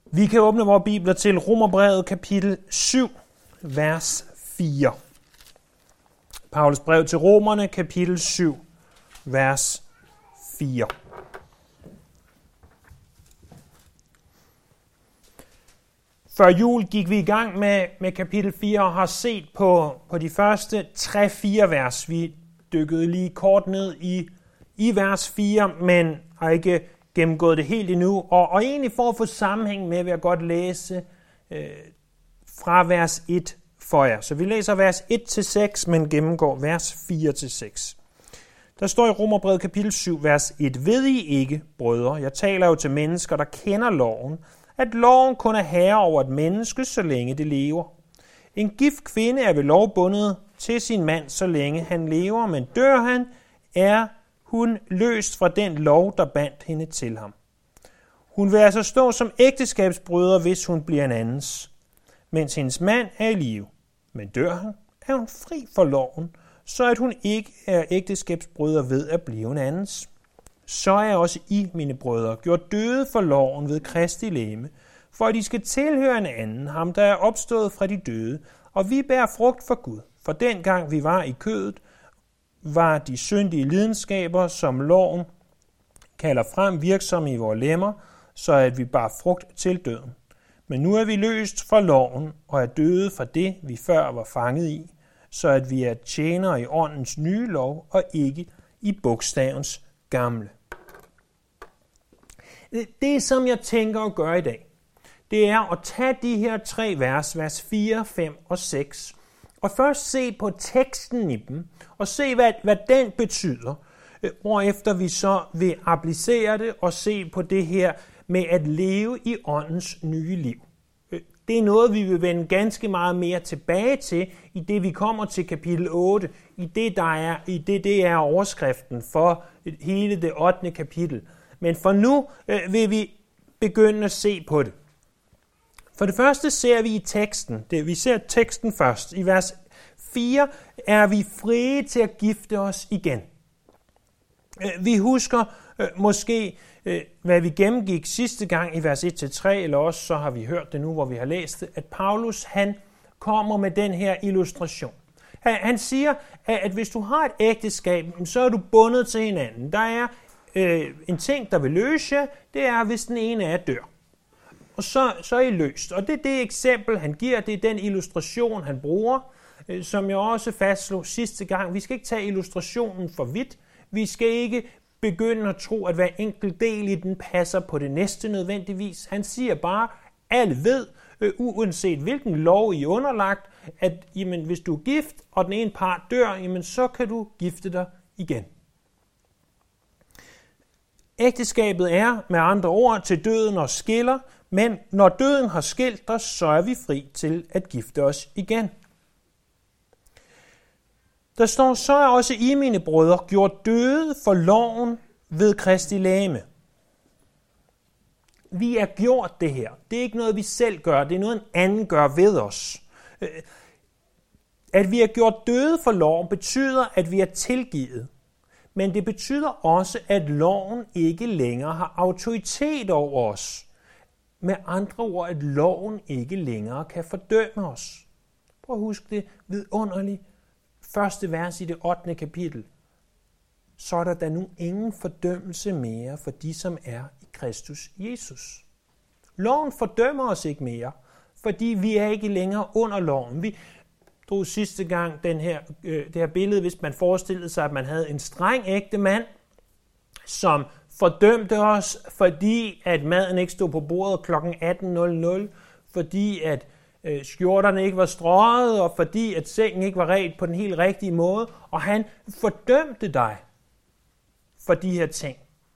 Vi kan åbne vores bibler til Romerbrevet kapitel 7, vers 4. Paulus brev til Romerne kapitel 7, vers 4. Før jul gik vi i gang med kapitel 4 og har set på de første 3-4 vers. Vi dykkede lige kort ned i vers 4, men har ikke gennemgået det helt endnu. Og egentlig for at få sammenhæng med, vil jeg godt læse fra vers 1 for jer. Så vi læser vers 1-6, men gennemgår vers 4-6. Der står i Romerbrevet kapitel 7, vers 1. Ved I ikke, brødre, jeg taler jo til mennesker, der kender loven, at loven kun er herre over et menneske, så længe det lever. En gift kvinde er ved lov bundet til sin mand, så længe han lever, men dør han, er hun løst fra den lov, der bandt hende til ham. Hun vil altså stå som ægteskabsbryder, hvis hun bliver en andens, mens hendes mand er i live. Men dør han, er hun fri for loven, så at hun ikke er ægteskabsbryder ved at blive en andens. Så er også I, mine brødre, gjort døde for loven ved Kristi legeme, for at I skal tilhøre en anden, ham der er opstået fra de døde, og vi bærer frugt for Gud. For dengang vi var i kødet, var de syndige lidenskaber, som loven kalder frem, virksomme i vores lemmer, så at vi bar frugt til døden. Men nu er vi løst fra loven og er døde fra det, vi før var fanget i, så at vi er tjenere i åndens nye lov og ikke i bogstavens gamle. Det, som jeg tænker at gøre i dag, det er at tage de her 3 vers 4, 5 og 6, og først se på teksten i dem, og se, hvad den betyder, hvorefter vi så vil applicere det og se på det her med at leve i åndens nye liv. Det er noget, vi vil vende ganske meget mere tilbage til, i det vi kommer til kapitel 8, i det er overskriften for hele det 8. kapitel. Men for nu vil vi begynde at se på det. For det første ser vi i teksten, vi ser teksten først. I vers 4 er vi frie til at gifte os igen. Vi husker måske, hvad vi gennemgik sidste gang i vers 1-3, eller også så har vi hørt det nu, hvor vi har læst det, at Paulus han kommer med den her illustration. Han siger, at hvis du har et ægteskab, så er du bundet til hinanden. Der er en ting, der vil løse jer, det er, hvis den ene af jer dør. Og så er I løst. Og det er det eksempel, han giver, det er den illustration, han bruger, som jeg også fastslog sidste gang. Vi skal ikke tage illustrationen for vidt. Vi skal ikke begynde at tro, at hver enkelt del i den passer på det næste nødvendigvis. Han siger bare, alle ved, uanset hvilken lov I er underlagt, at jamen, hvis du er gift, og den ene part dør, jamen, så kan du gifte dig igen. Ægteskabet er med andre ord til døden og skiller, men når døden har skilt os, så er vi fri til at gifte os igen. Der står, så er også I, mine brødre, gjort døde for loven ved Kristi legeme. Vi er gjort det her. Det er ikke noget, vi selv gør. Det er noget, en anden gør ved os. At vi er gjort døde for loven betyder, at vi er tilgivet. Men det betyder også, at loven ikke længere har autoritet over os. Med andre ord, at loven ikke længere kan fordømme os. Prøv at huske det vidunderligt. Første vers i det 8. kapitel. Så er der nu ingen fordømmelse mere for de, som er i Kristus Jesus. Loven fordømmer os ikke mere, fordi vi er ikke længere under loven. Vi drog sidste gang det her billede, hvis man forestillede sig, at man havde en streng ægte mand, som fordømte os, fordi at maden ikke stod på bordet kl. 18.00, fordi at skjorterne ikke var strøget, og fordi at sengen ikke var redt på den helt rigtige måde, og han fordømte dig for de her ting.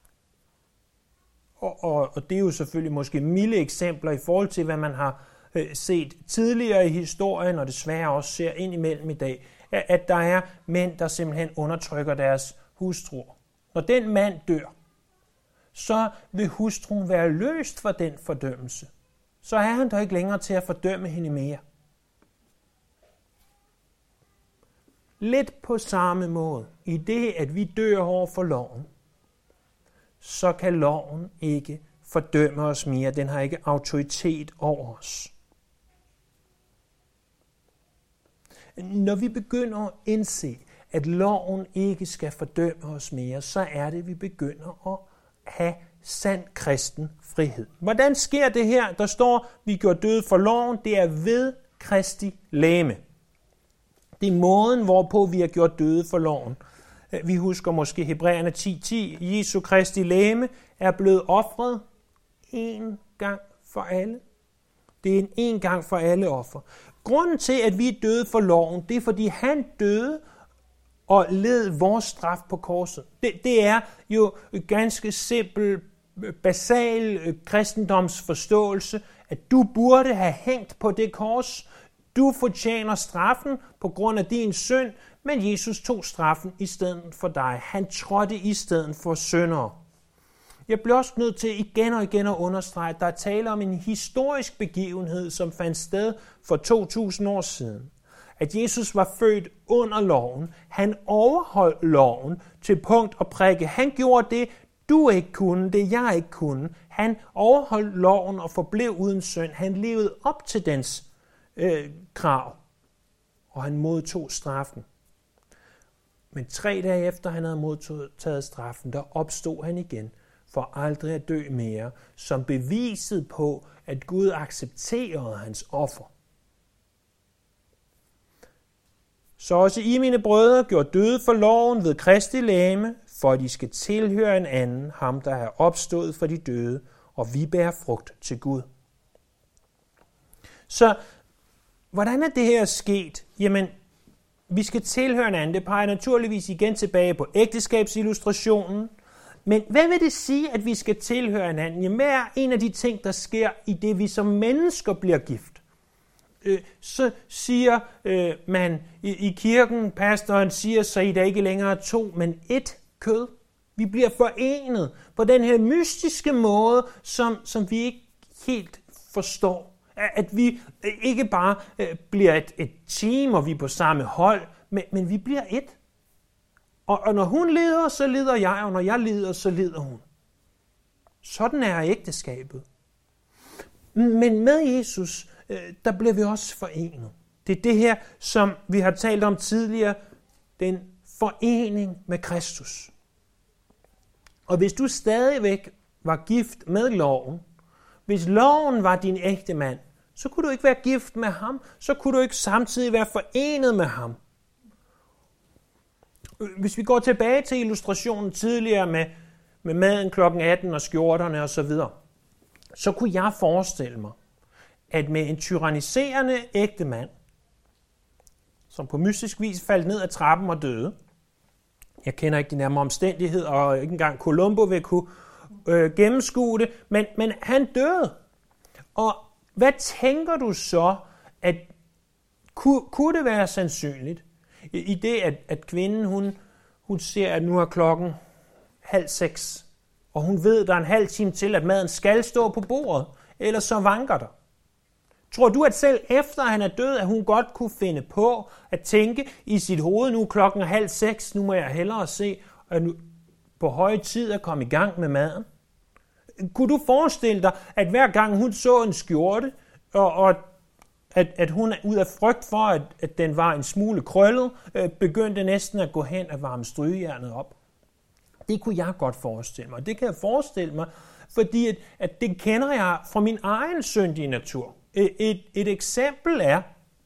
Og det er jo selvfølgelig måske milde eksempler i forhold til, hvad man har set tidligere i historien, og desværre også ser ind imellem i dag, at der er mænd, der simpelthen undertrykker deres hustruer. Når den mand dør, så vil hustruen være løst fra den fordømmelse. Så er han der ikke længere til at fordømme hende mere. Lidt på samme måde, i det at vi dør over for loven, så kan loven ikke fordømme os mere. Den har ikke autoritet over os. Når vi begynder at indse, at loven ikke skal fordømme os mere, så er det, at vi begynder at have sand kristen frihed. Hvordan sker det her? Der står, vi gjorde døde for loven. Det er ved Kristi legeme. Det er måden, hvorpå vi har gjort døde for loven. Vi husker måske Hebræerne 10:10. Jesu Kristi legeme er blevet ofret en gang for alle. Det er en gang for alle offer. Grunden til, at vi er døde for loven, det er, fordi han døde og led vores straf på korset. Det er jo ganske simpel, basal kristendomsforståelse, at du burde have hængt på det kors. Du fortjener straffen på grund af din synd, men Jesus tog straffen i stedet for dig. Han trådte i stedet for syndere. Jeg bliver også nødt til igen og igen at understrege, at der er tale om en historisk begivenhed, som fandt sted for 2000 år siden. At Jesus var født under loven. Han overholdt loven til punkt og prikke. Han gjorde det, du ikke kunne, det jeg ikke kunne. Han overholdt loven og forblev uden synd. Han levede op til dens krav, og han modtog straffen. Men 3 dage efter han havde modtaget straffen, der opstod han igen, for aldrig at dø mere, som beviset på, at Gud accepterede hans offer. Så også I, mine brødre, gjorde døde for loven ved Kristi legeme, for at I skal tilhøre en anden, ham der er opstået for de døde, og vi bærer frugt til Gud. Så hvordan er det her sket? Jamen, vi skal tilhøre en anden. Det peger naturligvis igen tilbage på ægteskabsillustrationen. Men hvad vil det sige, at vi skal tilhøre en anden? Jamen, hvad er en af de ting, der sker i det, vi som mennesker bliver gift? Så siger man i kirken, pastoren siger, så I der ikke længere 2, men 1 kød. Vi bliver forenet på den her mystiske måde, som vi ikke helt forstår. At vi ikke bare bliver et team, og vi er på samme hold, men vi bliver 1. Og når hun lider, så lider jeg, og når jeg lider, så lider hun. Sådan er ægteskabet. Men med Jesus, der bliver vi også forenet. Det er det her, som vi har talt om tidligere, den forening med Kristus. Og hvis du stadigvæk var gift med loven, hvis loven var din ægte mand, så kunne du ikke være gift med ham, så kunne du ikke samtidig være forenet med ham. Hvis vi går tilbage til illustrationen tidligere med maden kl. 18 og skjorterne osv., så kunne jeg forestille mig, at med en tyranniserende ægte mand, som på mystisk vis faldt ned ad trappen og døde, jeg kender ikke de nærmere omstændigheder, og ikke engang Columbo vil kunne gennemskue det, men han døde. Og hvad tænker du så, at kunne det være sandsynligt, i det, at kvinden, hun ser, at nu er klokken 5:30, og hun ved, at der er en halv time til, at maden skal stå på bordet, ellers så vanker der. Tror du, at selv efter han er død, at hun godt kunne finde på at tænke i sit hoved, nu er klokken 5:30, nu må jeg hellere se, at nu på høje tid at komme i gang med maden? Kunne du forestille dig, at hver gang hun så en skjorte, og at hun ud af frygt for, at den var en smule krøllet, begyndte næsten at gå hen og varme strygejernet op? Det kunne jeg godt forestille mig. Det kan jeg forestille mig, fordi at det kender jeg fra min egen syndige natur. Et eksempel er,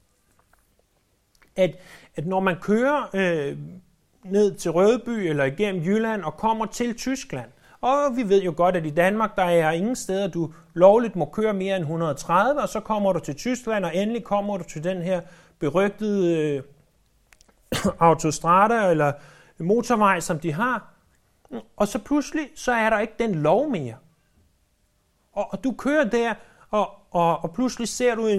at når man kører ned til Rødby eller igennem Jylland og kommer til Tyskland, og vi ved jo godt, at i Danmark, der er ingen steder, du lovligt må køre mere end 130, og så kommer du til Tyskland, og endelig kommer du til den her berygtede autostrada eller motorvej, som de har. Og så pludselig, så er der ikke den lov mere. Og du kører der, og pludselig ser du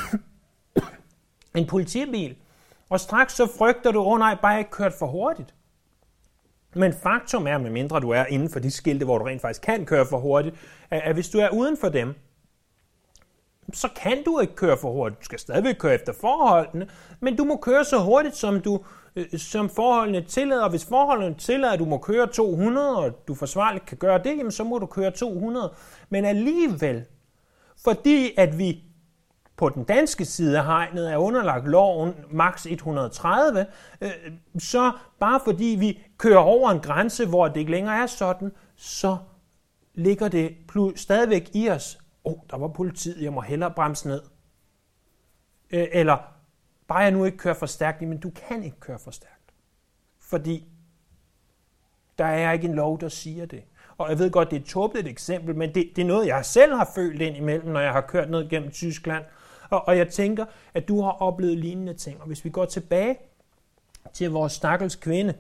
en politibil, og straks så frygter du, nej, bare ikke kørt for hurtigt. Men faktum er, medmindre du er inden for de skilte, hvor du rent faktisk kan køre for hurtigt, at hvis du er uden for dem, så kan du ikke køre for hurtigt. Du skal stadigvæk køre efter forholdene, men du må køre så hurtigt, som du som forholdene tillader. Hvis forholdene tillader, at du må køre 200, og du forsvarligt kan gøre det, jamen så må du køre 200. Men alligevel, fordi at vi på den danske side af hegnet er underlagt loven maks 130, så bare fordi vi kører over en grænse, hvor det ikke længere er sådan, så ligger det stadigvæk i os. Der var politiet, jeg må hellere bremse ned. Eller bare jeg nu ikke kører for stærkt, men du kan ikke køre for stærkt. Fordi der er ikke en lov, der siger det. Og jeg ved godt, det er et tåbeligt eksempel, men det er noget, jeg selv har følt ind imellem, når jeg har kørt ned gennem Tyskland. Og jeg tænker, at du har oplevet lignende ting. Og hvis vi går tilbage til vores stakkels kvinde,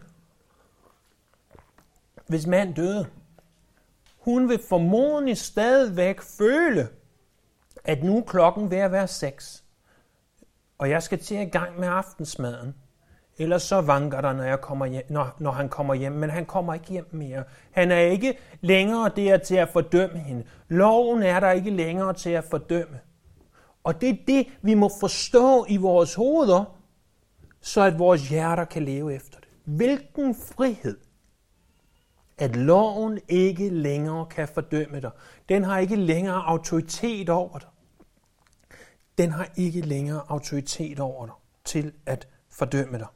hvis mand døde, hun vil formodentlig stadigvæk føle, at nu er klokken ved at være 6. Og jeg skal til i gang med aftensmaden. Ellers så vanker der, når han kommer hjem. Men han kommer ikke hjem mere. Han er ikke længere der til at fordømme hende. Loven er der ikke længere til at fordømme. Og det er det, vi må forstå i vores hoveder, så at vores hjerter kan leve efter det. Hvilken frihed, at loven ikke længere kan fordømme dig. Den har ikke længere autoritet over dig. Den har ikke længere autoritet over dig til at fordømme dig.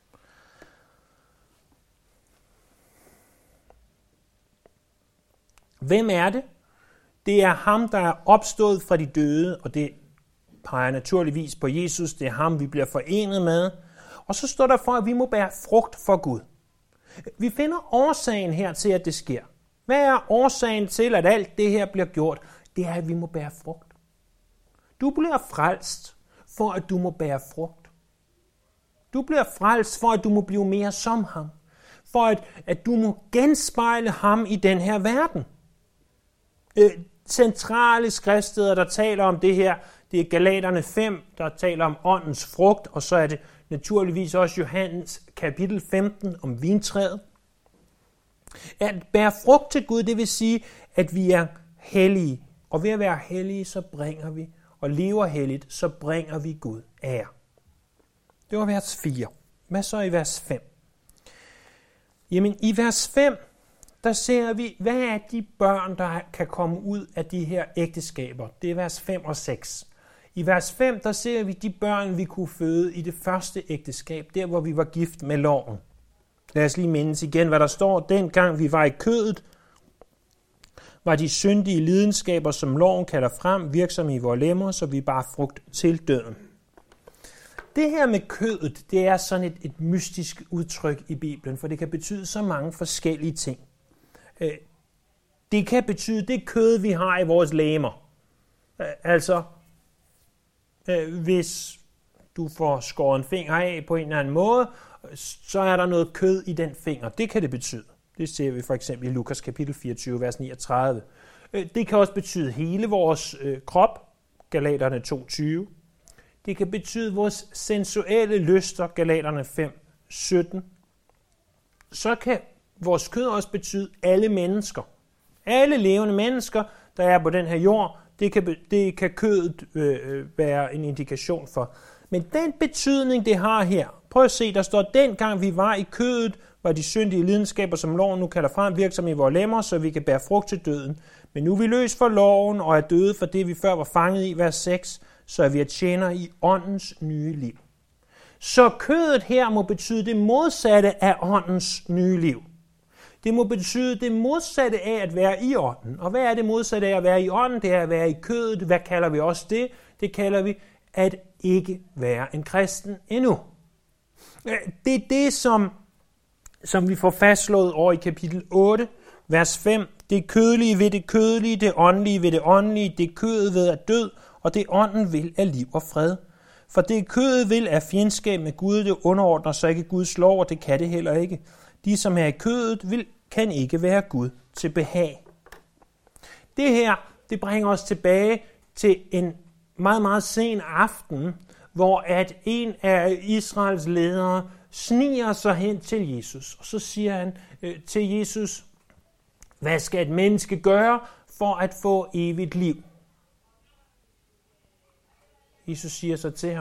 Hvem er det? Det er ham, der er opstået fra de døde, og det peger naturligvis på Jesus. Det er ham, vi bliver forenet med. Og så står der for, at vi må bære frugt for Gud. Vi finder årsagen her til, at det sker. Hvad er årsagen til, at alt det her bliver gjort? Det er, at vi må bære frugt. Du bliver frelst, for at du må bære frugt. Du bliver frelst, for at du må blive mere som ham. For at du må genspejle ham i den her verden. Centrale skriftsteder, der taler om det her, det er Galaterne 5, der taler om åndens frugt, og så er det naturligvis også Johannes kapitel 15 om vintræet. At bære frugt til Gud, det vil sige, at vi er hellige. Og ved at være hellige, så bringer vi, og lever helligt, så bringer vi Gud ære. Det var vers 4. Hvad så i vers 5? Jamen i vers 5, der ser vi, hvad er de børn, der kan komme ud af de her ægteskaber. Det er vers 5 og 6. I vers 5, der ser vi de børn, vi kunne føde i det første ægteskab, der hvor vi var gift med loven. Lad os lige mindes igen, hvad der står. Dengang vi var i kødet, var de syndige lidenskaber, som loven kalder frem, virksomme i vores lemmer, så vi bar frugt til døden. Det her med kødet, det er sådan et mystisk udtryk i Bibelen, for det kan betyde så mange forskellige ting. Det kan betyde det kød, vi har i vores lemmer. Altså, hvis du får skåret en finger af på en eller anden måde, så er der noget kød i den finger. Det kan det betyde. Det ser vi for eksempel i Lukas kapitel 24, vers 39. Det kan også betyde hele vores krop, Galaterne 2:20. Det kan betyde vores sensuelle lyster, Galaterne 5:17. Så kan vores kød også betyde alle mennesker. Alle levende mennesker, der er på den her jord, det kan kødet være en indikation for. Men den betydning, det har her, prøv at se, der står, dengang vi var i kødet, var de syndige lidenskaber, som loven nu kalder frem, virksomme i vores lemmer, så vi kan bære frugt til døden. Men nu er vi løs for loven og er døde for det, vi før var fanget i, vers 6, så er vi at tjener i åndens nye liv. Så kødet her må betyde det modsatte af åndens nye liv. Det må betyde det modsatte af at være i ånden. Og hvad er det modsatte af at være i ånden? Det er at være i kødet. Hvad kalder vi også det? Det kalder vi at ikke være en kristen endnu. Det er det, som vi får fastslået over i kapitel 8, vers 5. Det kødelige ved det kødelige, det åndelige ved det åndelige, det kødet ved at død, og det ånden vil er liv og fred. For det kødet vil er fjendskab med Gud, det underordner sig ikke Guds lov, og det kan det heller ikke. De, som er i kødet, kan ikke være Gud til behag. Det her, det bringer os tilbage til en meget, meget sen aften, hvor at en af Israels ledere sniger sig hen til Jesus. Og så siger han til Jesus, hvad skal et menneske gøre for at få evigt liv? Jesus siger så til ham,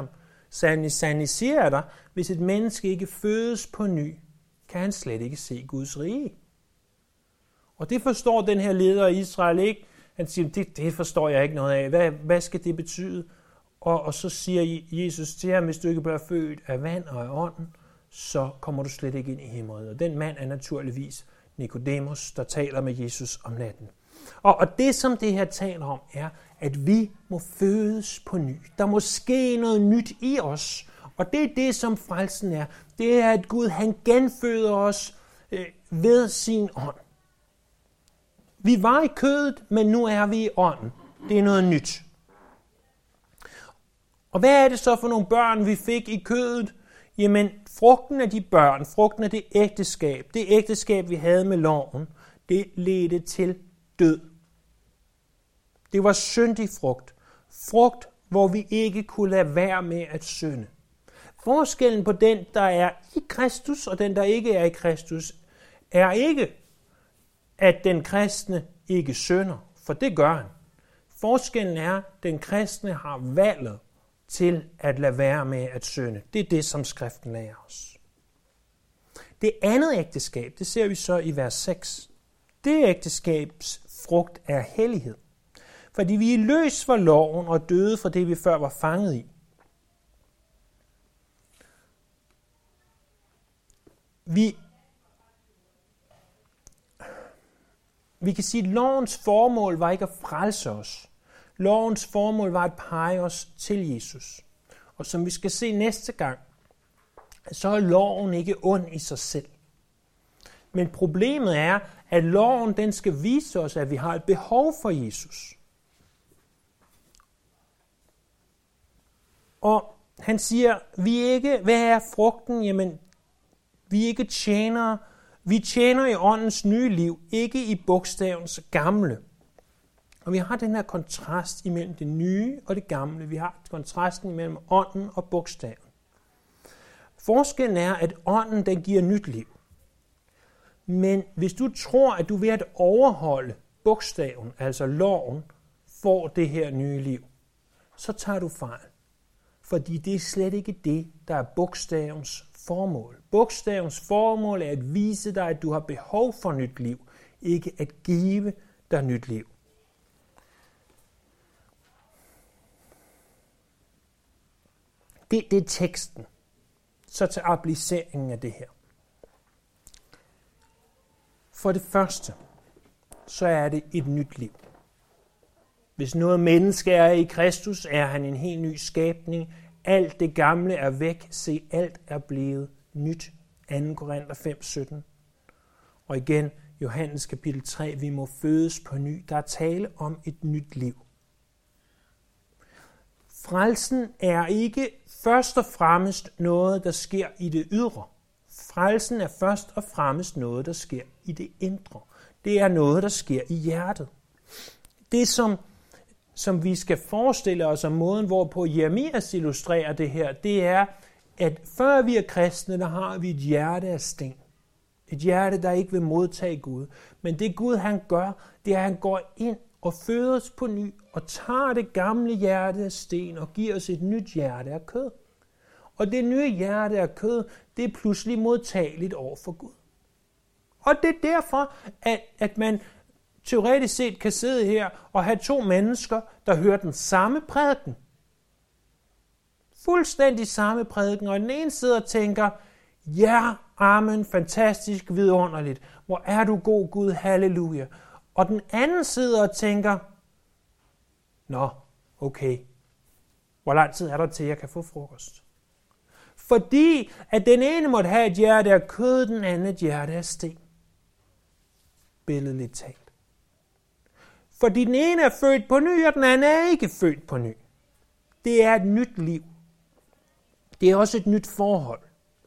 Sandelig, sandelig siger jeg dig, hvis et menneske ikke fødes på ny, kan han slet ikke se Guds rige. Og det forstår den her leder af Israel ikke. Han siger, det forstår jeg ikke noget af. Hvad skal det betyde? Og så siger Jesus til ham, hvis du ikke bliver født af vand og af ånden, så kommer du slet ikke ind i himmeriget. Og den mand er naturligvis Nikodemus, der taler med Jesus om natten. Og det, som det her taler om, er, at vi må fødes på ny. Der må ske noget nyt i os. Og det er det, som frelsen er. Det er, at Gud han genføder os ved sin ånd. Vi var i kødet, men nu er vi i ånden. Det er noget nyt. Og hvad er det så for nogle børn, vi fik i kødet? Jamen, frugten af de børn, frugten af det ægteskab, vi havde med loven, det ledte til død. Det var syndig frugt. Frugt, hvor vi ikke kunne lade være med at synde. Forskellen på den, der er i Kristus, og den, der ikke er i Kristus, er ikke, at den kristne ikke synder, for det gør han. Forskellen er, at den kristne har valget til at lade være med at synde. Det er det, som skriften lærer os. Det andet ægteskab, det ser vi så i vers 6. Det ægteskabs frugt er hellighed. Fordi vi er løs fra loven og døde fra det, vi før var fanget i. Vi kan sige, at lovens formål var ikke at frelse os. Lovens formål var at pege os til Jesus. Og som vi skal se næste gang, så er loven ikke ond i sig selv. Men problemet er, at loven den skal vise os, at vi har et behov for Jesus. Og han siger, hvad er frugten? Jamen, vi ikke tjener. Vi tjener i åndens nye liv, ikke i bogstavens gamle. Og vi har den her kontrast imellem det nye og det gamle. Vi har kontrasten imellem ånden og bogstaven. Forskellen er, at ånden den giver nyt liv. Men hvis du tror, at du ved at overholde bogstaven, altså loven, får det her nye liv, så tager du fejl. Fordi det er slet ikke det, der er bogstavens formål. Bogstavens formål er at vise dig, at du har behov for nyt liv, ikke at give dig nyt liv. Det er teksten. Så til appliceringen af det her. For det første, så er det et nyt liv. Hvis noget menneske er i Kristus, er han en helt ny skabning. Alt det gamle er væk. Se, alt er blevet nyt. 2. Korinther 5:17. Og igen, Johannes kapitel 3, vi må fødes på ny. Der er tale om et nyt liv. Frelsen er ikke først og fremmest noget, der sker i det ydre. Frelsen er først og fremmest noget, der sker i det indre. Det er noget, der sker i hjertet. Det, som vi skal forestille os om måden, hvorpå Jeremias illustrerer det her, det er, at før vi er kristne, der har vi et hjerte af sten. Et hjerte, der ikke vil modtage Gud. Men det Gud, han gør, det er, at han går ind og føder os på ny, og tager det gamle hjerte af sten og giver os et nyt hjerte af kød. Og det nye hjerte af kød, det er pludselig modtageligt over for Gud. Og det er derfor, at man teoretisk set kan sidde her og have to mennesker, der hører den samme prædiken. Fuldstændig samme prædiken, og den ene sidder og tænker, ja, amen, fantastisk, vidunderligt. Hvor er du god, Gud, halleluja. Og den anden sidder og tænker, nå, okay, hvor lang tid er der til, jeg kan få frokost? Fordi at den ene måtte have et hjerte af kød, den anden et hjerte af sten. Billedligt talt. Fordi den ene er født på ny, og den anden er ikke født på ny. Det er et nyt liv. Det er også et nyt forhold.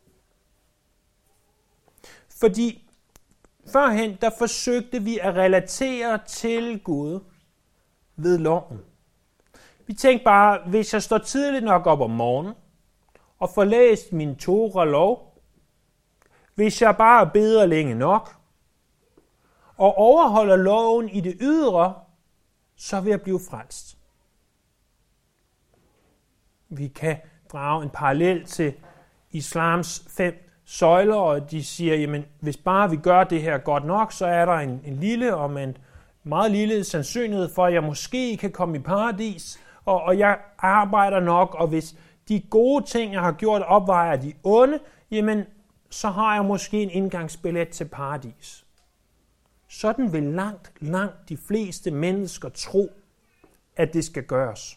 Fordi førhen, der forsøgte vi at relatere til Gud ved loven. Vi tænkte bare, hvis jeg står tidligt nok op om morgenen, og får læst min Torah-lov, hvis jeg bare beder længe nok, og overholder loven i det ydre, så vil jeg blive frelst. drage en parallel til islams 5 søjler, og de siger, jamen hvis bare vi gør det her godt nok, så er der en lille og en meget lille sandsynlighed for, at jeg måske kan komme i paradis, og jeg arbejder nok, og hvis de gode ting, jeg har gjort, opvejer de onde, jamen så har jeg måske en indgangsbillet til paradis. Sådan vil langt de fleste mennesker tro, at det skal gøres.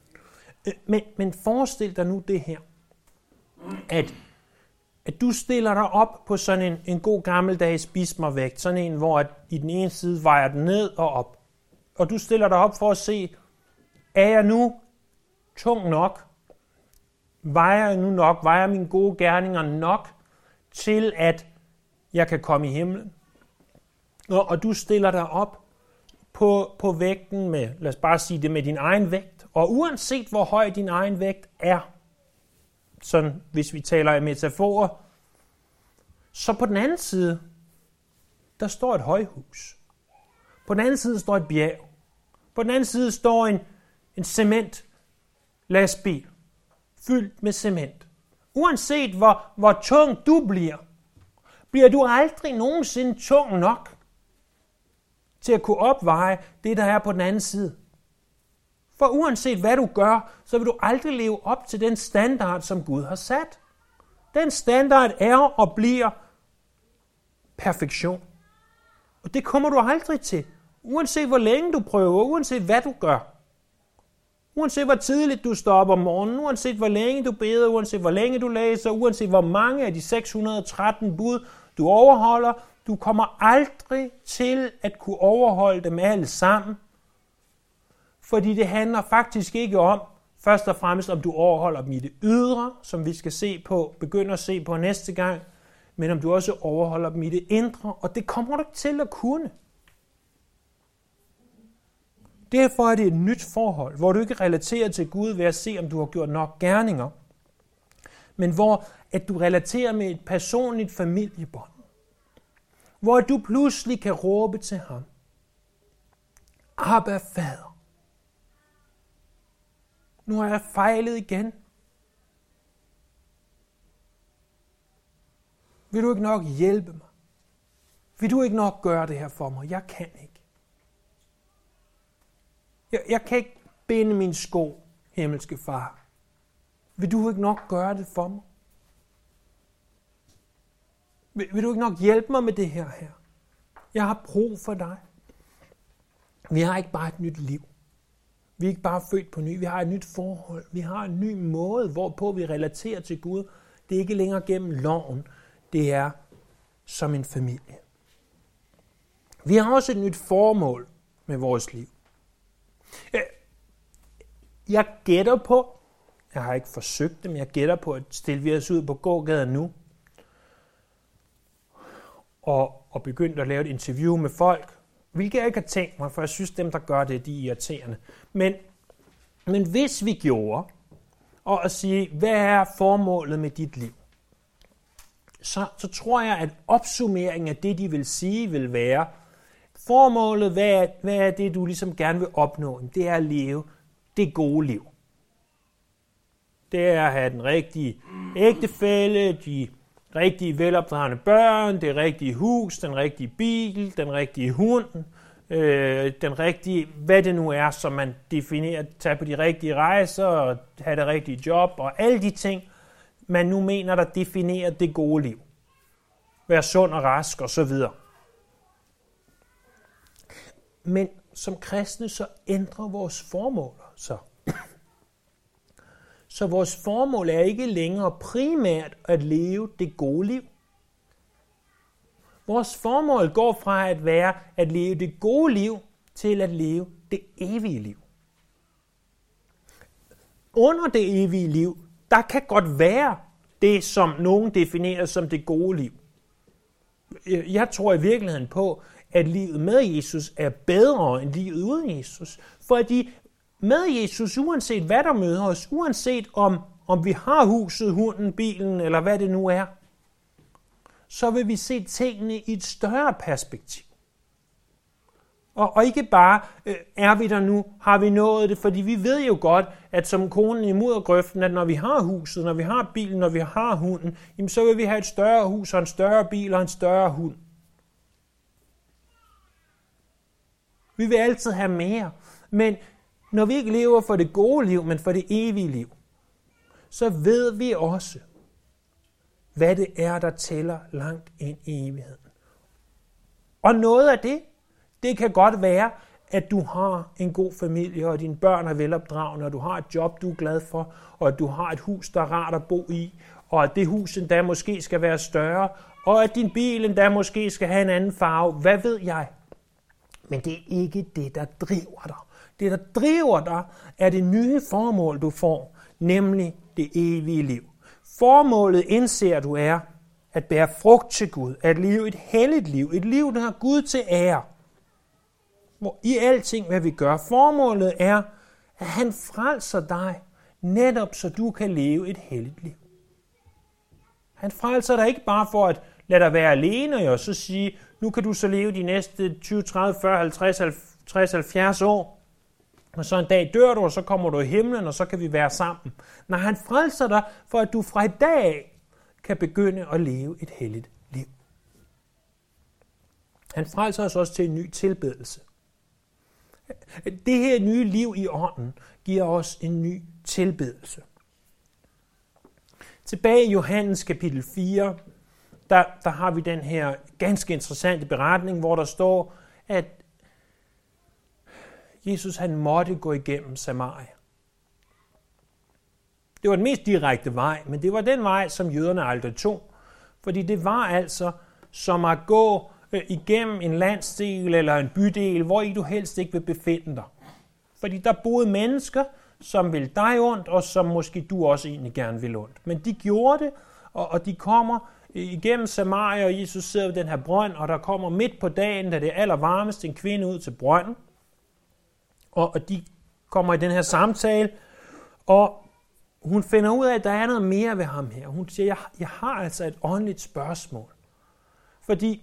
Men forestil dig nu det her, at du stiller dig op på sådan en god gammeldags bismarvægt, sådan en, hvor i den ene side vejer den ned og op. Og du stiller dig op for at se, er jeg nu tung nok? Vejer jeg nu nok? Vejer mine gode gerninger nok til, at jeg kan komme i himlen? Og du stiller dig op på vægten med, lad os bare sige det, med din egen vægt. Og uanset hvor høj din egen vægt er, sådan hvis vi taler i metaforer, så på den anden side, der står et højhus. På den anden side står et bjerg. På den anden side står en cementlastbil fyldt med cement. Uanset hvor tung du bliver du aldrig nogensinde tung nok til at kunne opveje det, der er på den anden side. For uanset hvad du gør, så vil du aldrig leve op til den standard, som Gud har sat. Den standard er og bliver perfektion. Og det kommer du aldrig til. Uanset hvor længe du prøver, uanset hvad du gør. Uanset hvor tidligt du står op om morgenen, uanset hvor længe du beder, uanset hvor længe du læser, uanset hvor mange af de 613 bud du overholder, du kommer aldrig til at kunne overholde dem alle sammen. Fordi det handler faktisk ikke om, først og fremmest om du overholder dem i det ydre, som vi skal begynde at se på næste gang, men om du også overholder dem i det indre, og det kommer du ikke til at kunne. Derfor er det et nyt forhold, hvor du ikke relaterer til Gud ved at se, om du har gjort nok gerninger, men hvor at du relaterer med et personligt familiebånd. Hvor du pludselig kan råbe til ham, Abba, Fader, nu har jeg fejlet igen. Vil du ikke nok hjælpe mig? Vil du ikke nok gøre det her for mig? Jeg kan ikke. Jeg kan ikke binde min sko, himmelske far. Vil du ikke nok gøre det for mig? Vil du ikke nok hjælpe mig med det her? Jeg har brug for dig. Vi har ikke bare et nyt liv. Vi er ikke bare født på ny. Vi har et nyt forhold. Vi har en ny måde, hvorpå vi relaterer til Gud. Det er ikke længere gennem loven. Det er som en familie. Vi har også et nyt formål med vores liv. Jeg gætter på, jeg har ikke forsøgt det, men jeg gætter på, at stille vi os ud på gågaden nu, og begyndt at lave et interview med folk, hvilket jeg ikke har tænkt mig, for jeg synes, dem, der gør det, de er irriterende. Men hvis vi gjorde, og at sige, hvad er formålet med dit liv, så tror jeg, at opsummeringen af det, de vil sige, vil være, formålet, hvad er det, du ligesom gerne vil opnå? Det er at leve det gode liv. Det er at have den rigtige ægtefælle, de rigtige velopdragende børn, det rigtige hus, den rigtige bil, den rigtige hund, den rigtige, hvad det nu er, som man definerer, tage på de rigtige rejser, og have det rigtige job, og alle de ting, man nu mener, der definerer det gode liv. Være sund og rask, og så videre. Men som kristne, så ændrer vores formål så. Så vores formål er ikke længere primært at leve det gode liv. Vores formål går fra at være at leve det gode liv til at leve det evige liv. Under det evige liv, der kan godt være det, som nogen definerer som det gode liv. Jeg tror i virkeligheden på, at livet med Jesus er bedre end livet uden Jesus. Fordi med Jesus, uanset hvad der møder os, uanset om vi har huset, hunden, bilen eller hvad det nu er, så vil vi se tingene i et større perspektiv. Og ikke bare, er vi der nu, har vi nået det, fordi vi ved jo godt, at som konen i muddergrøften, at når vi har huset, når vi har bilen, når vi har hunden, jamen så vil vi have et større hus og en større bil og en større hund. Vi vil altid have mere, men når vi ikke lever for det gode liv, men for det evige liv, så ved vi også, hvad det er, der tæller langt ind i evigheden. Og noget af det kan godt være, at du har en god familie, og dine børn er velopdragende, og du har et job, du er glad for, og at du har et hus, der er rart at bo i, og at det hus endda måske skal være større, og at din bil endda måske skal have en anden farve. Hvad ved jeg? Men det er ikke det, der driver dig. Det, der driver dig, er det nye formål, du får, nemlig det evige liv. Formålet indser du er at bære frugt til Gud, at leve et helligt liv, et liv, der har Gud til ære. I alting, hvad vi gør, formålet er, at han frelser dig, netop så du kan leve et helligt liv. Han frelser dig ikke bare for at lade dig være alene og så sige, nu kan du så leve de næste 20, 30, 40, 50, 60, 70 år. Og så en dag dør du, og så kommer du i himlen, og så kan vi være sammen. Når han frelser dig, for at du fra i dag af kan begynde at leve et helligt liv. Han frelser os også til en ny tilbedelse. Det her nye liv i ånden giver os en ny tilbedelse. Tilbage i Johannes kapitel 4, der har vi den her ganske interessante beretning, hvor der står, at Jesus han måtte gå igennem Samaria. Det var den mest direkte vej, men det var den vej, som jøderne aldrig tog. Fordi det var altså som at gå igennem en landsdel eller en bydel, hvor I du helst ikke vil befinde dig. Fordi der boede mennesker, som ville dig ondt, og som måske du også egentlig gerne vil ondt. Men de gjorde det, og de kommer igennem Samaria, og Jesus sidder ved den her brønd, og der kommer midt på dagen, da det er allervarmest, en kvinde ud til brønden. Og de kommer i den her samtale, og hun finder ud af, at der er noget mere ved ham her. Hun siger, jeg har altså et åndeligt spørgsmål. Fordi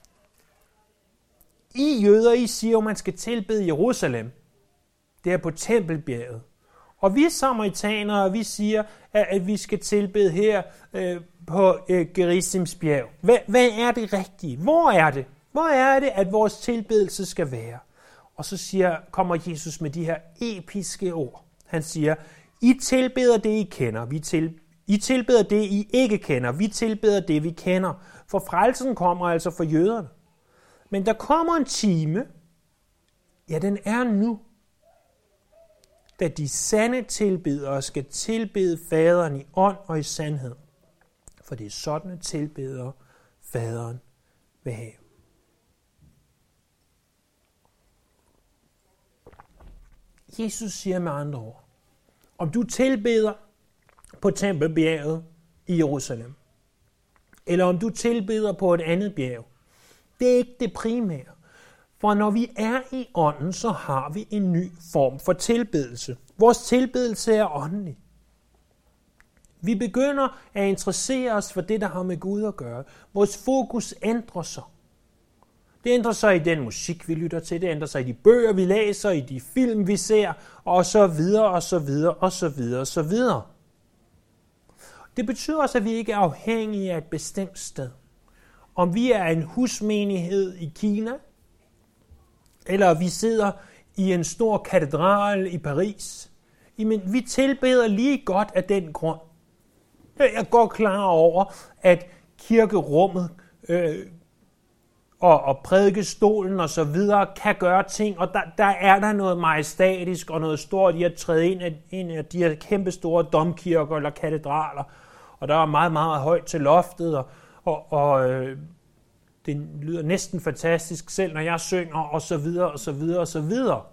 I jøder, I siger jo, man skal tilbede Jerusalem. Det er på Tempelbjerget. Og vi samaritanere, vi siger, at vi skal tilbede her på Gerizims bjerg. Hvad er det rigtige? Hvor er det? Hvor er det, at vores tilbedelse skal være? Og så kommer Jesus med de her episke ord. Han siger, I tilbeder det, I kender. I tilbeder det, I ikke kender. Vi tilbeder det, vi kender. For frelsen kommer altså for jøderne. Men der kommer en time, ja, den er nu, da de sande tilbedere skal tilbede faderen i ånd og i sandhed. For det er sådanne tilbedere, faderen vil have. Jesus siger med andre ord, om du tilbeder på Tempelbjerget i Jerusalem, eller om du tilbeder på et andet bjerg, det er ikke det primære. For når vi er i ånden, så har vi en ny form for tilbedelse. Vores tilbedelse er åndelig. Vi begynder at interessere os for det, der har med Gud at gøre. Vores fokus ændrer sig. Det ændrer sig i den musik, vi lytter til. Det ændrer sig i de bøger, vi læser, i de film, vi ser, og så videre, og så videre, og så videre, og så videre. Det betyder også, at vi ikke er afhængige af et bestemt sted. Om vi er en husmenighed i Kina, eller vi sidder i en stor katedral i Paris, jamen vi tilbeder lige godt af den grund. Jeg går klar over, at kirkerummet og prædikestolen og så videre kan gøre ting, og der er der noget majestatisk og noget stort i at træde ind af de her kæmpe store domkirker eller katedraler, og der er meget, meget højt til loftet, og det lyder næsten fantastisk selv, når jeg synger, og så videre, og så videre, og så videre.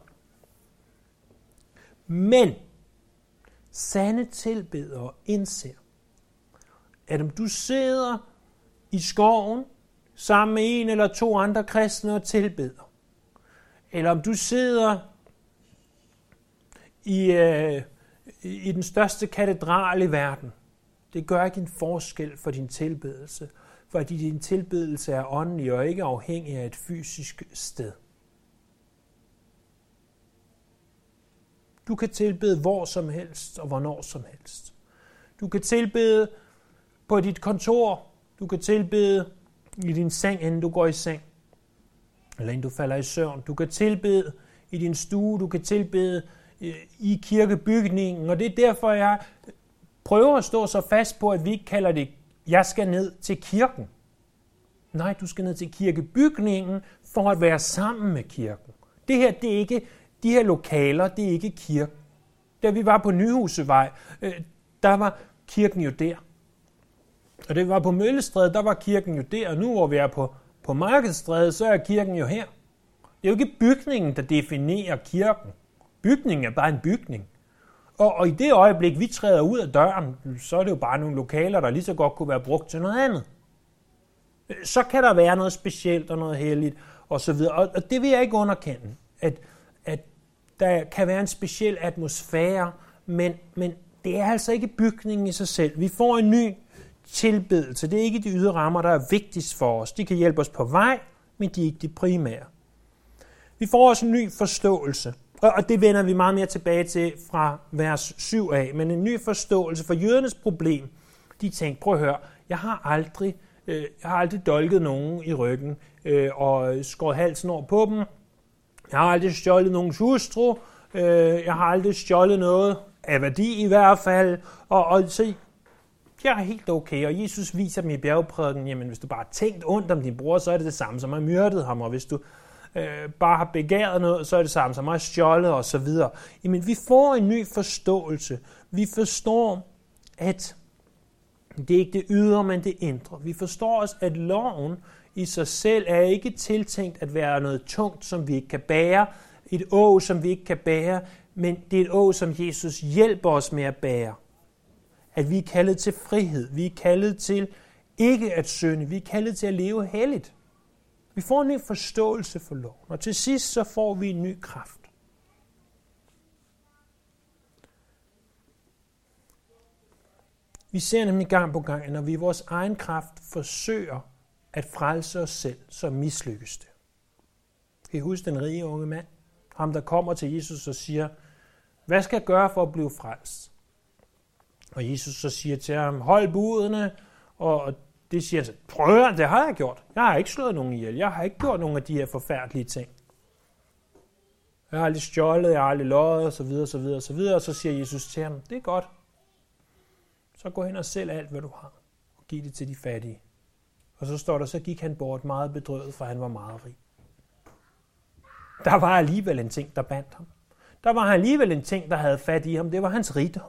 Men sande tilbedere indser, at om du sidder i skoven sammen med en eller to andre kristne og tilbeder, eller om du sidder i den største katedral i verden, det gør ikke en forskel for din tilbedelse, fordi din tilbedelse er åndelig og ikke afhængig af et fysisk sted. Du kan tilbede hvor som helst og hvornår som helst. Du kan tilbede på dit kontor. Du kan tilbede i din seng, inden du går i seng. Eller inden du falder i søvn. Du kan tilbede i din stue. Du kan tilbede i kirkebygningen. Og det er derfor, jeg prøver at stå så fast på, at vi ikke kalder det, jeg skal ned til kirken. Nej, du skal ned til kirkebygningen for at være sammen med kirken. Det her, det er ikke, de her lokaler, det er ikke kirken. Da vi var på Nyhusevej, der var kirken jo der. Og da vi var på Møllestræde, der var kirken jo der. Og nu hvor vi er på Markedsstræde, så er kirken jo her. Det er jo ikke bygningen, der definerer kirken. Bygningen er bare en bygning. Og i det øjeblik, vi træder ud af døren, så er det jo bare nogle lokaler, der lige så godt kunne være brugt til noget andet. Så kan der være noget specielt og noget helligt osv. Og det vil jeg ikke underkende, at der kan være en speciel atmosfære, men det er altså ikke bygningen i sig selv. Vi får en ny tilbedelse. Det er ikke de ydre rammer, der er vigtigst for os. De kan hjælpe os på vej, men de er ikke de primære. Vi får også en ny forståelse, og det vender vi meget mere tilbage til fra vers 7 af, men en ny forståelse for jødernes problem. De tænkte, prøv at høre, jeg har aldrig dolket nogen i ryggen og skåret halsen over på dem. Jeg har aldrig stjålet nogens hustru. Jeg har aldrig stjålet noget af værdi i hvert fald. Og så jeg er helt okay. Og Jesus viser dem i bjergprædiken, jamen hvis du bare har tænkt ondt om din bror, så er det det samme som at myrdet ham. Og hvis du bare har begæret noget, så er det samme som at stjålet og så videre. Jamen vi får en ny forståelse. Vi forstår, at det er ikke det ydre, men det indre. Vi forstår også, at loven i sig selv er ikke tiltænkt at være noget tungt, som vi ikke kan bære. Et åg, som vi ikke kan bære, men det er et åg, som Jesus hjælper os med at bære. At vi er kaldet til frihed. Vi er kaldet til ikke at synde. Vi er kaldet til at leve helligt. Vi får en ny forståelse for loven. Og til sidst så får vi en ny kraft. Vi ser nemlig gang på gang, at når vi i vores egen kraft forsøger at frelse os selv, så mislykkes det. Kan I huske den rige unge mand? Ham, der kommer til Jesus og siger, hvad skal jeg gøre for at blive frelst? Og Jesus så siger til ham, hold budene, og det siger han så, prøv, det har jeg gjort. Jeg har ikke slået nogen ihjel. Jeg har ikke gjort nogen af de her forfærdelige ting. Jeg har aldrig stjålet, jeg har aldrig løjet, og så videre, så videre, så videre. Og så siger Jesus til ham, det er godt. Så gå hen og sælg alt, hvad du har, og giv det til de fattige. Og så står der, så gik han bort meget bedrøvet, for han var meget rig. Der var alligevel en ting, der bandt ham. Der var alligevel en ting, der havde fat i ham. Det var hans rigdom.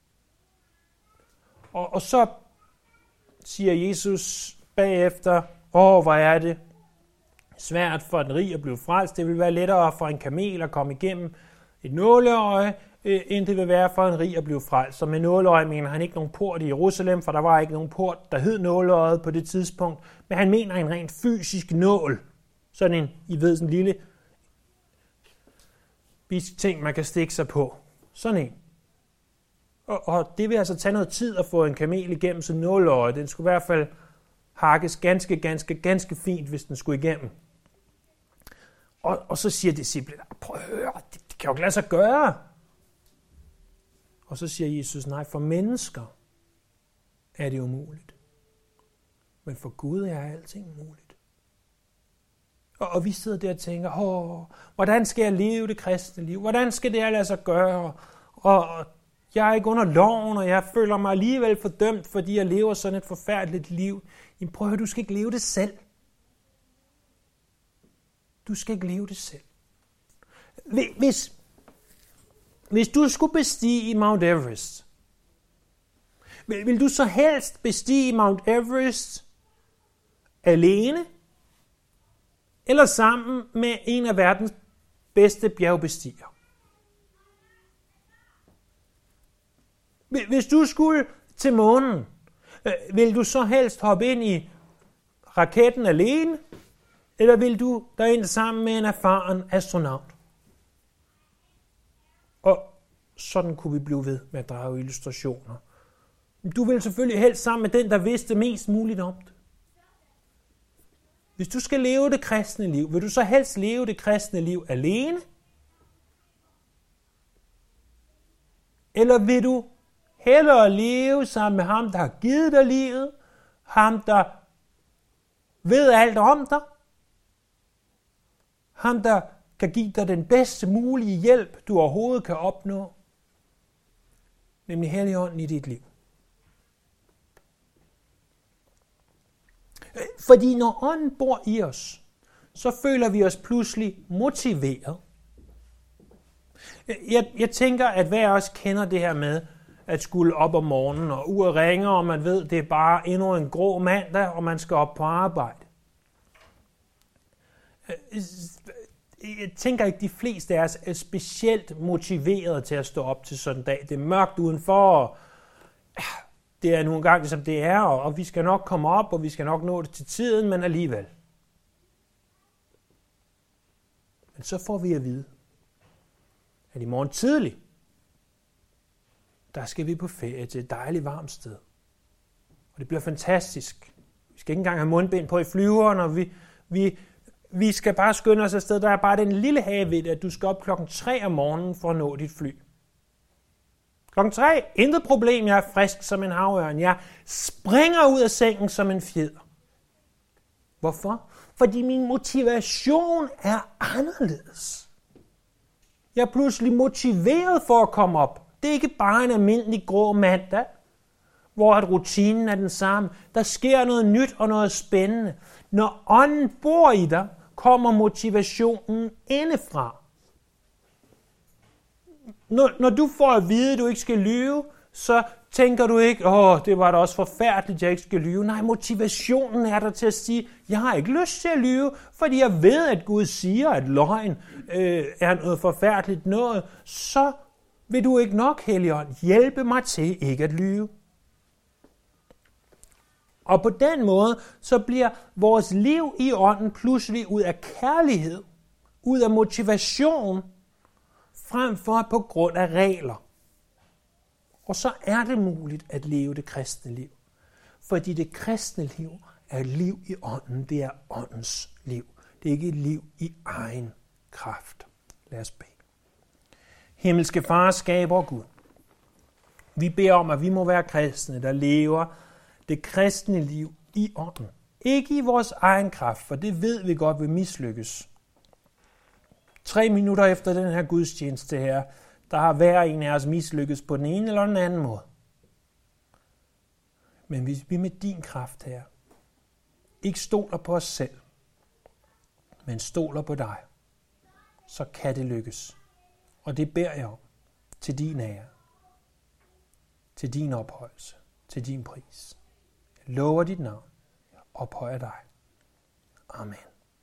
Og så siger Jesus bagefter, hvor er det svært for en rig at blive frelst. Det vil være lettere for en kamel at komme igennem et nåleøje, end det vil være for en rig at blive frelst. Så med nåleøje mener han ikke nogen port i Jerusalem, for der var ikke nogen port, der hed nåleøjet på det tidspunkt. Men han mener en rent fysisk nål. Sådan en, I ved, sådan en lille bisk ting, man kan stikke sig på. Sådan en. Og det vil altså tage noget tid at få en kamel igennem sådan nåleøje. Den skulle i hvert fald hakkes ganske fint, hvis den skulle igennem. Og så siger disciplen, prøv at høre, det kan jo ikke lade sig gøre. Og så siger Jesus, nej, for mennesker er det umuligt. Men for Gud er alting muligt. Og vi sidder der og tænker, hvordan skal jeg leve det kristne liv? Hvordan skal det lade sig gøre? Og jeg er ikke under loven, og jeg føler mig alligevel fordømt, fordi jeg lever sådan et forfærdeligt liv. Jamen prøv at høre, du skal ikke leve det selv. Du skal ikke leve det selv. Hvis du skulle bestige Mount Everest, vil du så helst bestige Mount Everest alene, eller sammen med en af verdens bedste bjergbestigere? Hvis du skulle til månen, vil du så helst hoppe ind i raketten alene, eller vil du derind sammen med en erfaren astronaut? Og sådan kunne vi blive ved med at drage illustrationer. Du vil selvfølgelig helst sammen med den, der vidste mest muligt om det. Hvis du skal leve det kristne liv, vil du så helst leve det kristne liv alene? Eller vil du hellere leve sammen med ham, der har givet dig livet, ham, der ved alt om dig, ham, der kan give dig den bedste mulige hjælp, du overhovedet kan opnå, nemlig Helligånden i dit liv. Fordi når ånden bor i os, så føler vi os pludselig motiveret. Jeg tænker, at hver af os kender det her med at skulle op om morgenen, og uret ringer, og man ved, det er bare endnu en grå mandag, og man skal op på arbejde. Jeg tænker ikke, de fleste af os er specielt motiveret til at stå op til sådan en dag. Det er mørkt udenfor, og det er nu engang, som det er, og vi skal nok komme op, og vi skal nok nå det til tiden, men alligevel. Men så får vi at vide, at i morgen tidlig, der skal vi på ferie til et dejligt varmt sted. Og det bliver fantastisk. Vi skal ikke engang have mundbind på i flyveren, og vi skal bare skynde os afsted. Der er bare den lille have ved det, at du skal op 3:00 om morgenen for at nå dit fly. 3:00, intet problem, jeg er frisk som en havørn. Jeg springer ud af sengen som en fjeder. Hvorfor? Fordi min motivation er anderledes. Jeg er pludselig motiveret for at komme op. Det er ikke bare en almindelig grå mandag, hvor at rutinen er den samme. Der sker noget nyt og noget spændende. Når ånden bor i dig, kommer motivationen indefra. Når du får at vide, at du ikke skal lyve, så tænker du ikke, det var da også forfærdeligt, at jeg ikke skal lyve. Nej, motivationen er der til at sige, jeg har ikke lyst til at lyve, fordi jeg ved, at Gud siger, at løgn er noget forfærdeligt noget. Så vil du ikke nok, Helligånd, hjælpe mig til ikke at lyve. Og på den måde, så bliver vores liv i ånden pludselig ud af kærlighed, ud af motivation, frem for på grund af regler. Og så er det muligt at leve det kristne liv. Fordi det kristne liv er liv i ånden. Det er åndens liv. Det er ikke et liv i egen kraft. Lad os bede. Himmelske Far, skaber Gud. Vi beder om, at vi må være kristne, der lever det kristne liv i ånden. Ikke i vores egen kraft, for det ved vi godt vil mislykkes. 3 minutter efter den her gudstjeneste her, der har hver en af os mislykkes på den ene eller den anden måde. Men hvis vi med din kraft her ikke stoler på os selv, men stoler på dig, så kan det lykkes. Og det beder jeg om til din ære, til din ophøjelse, til din pris. Jeg lover dit navn. Jeg ophøjer dig. Amen.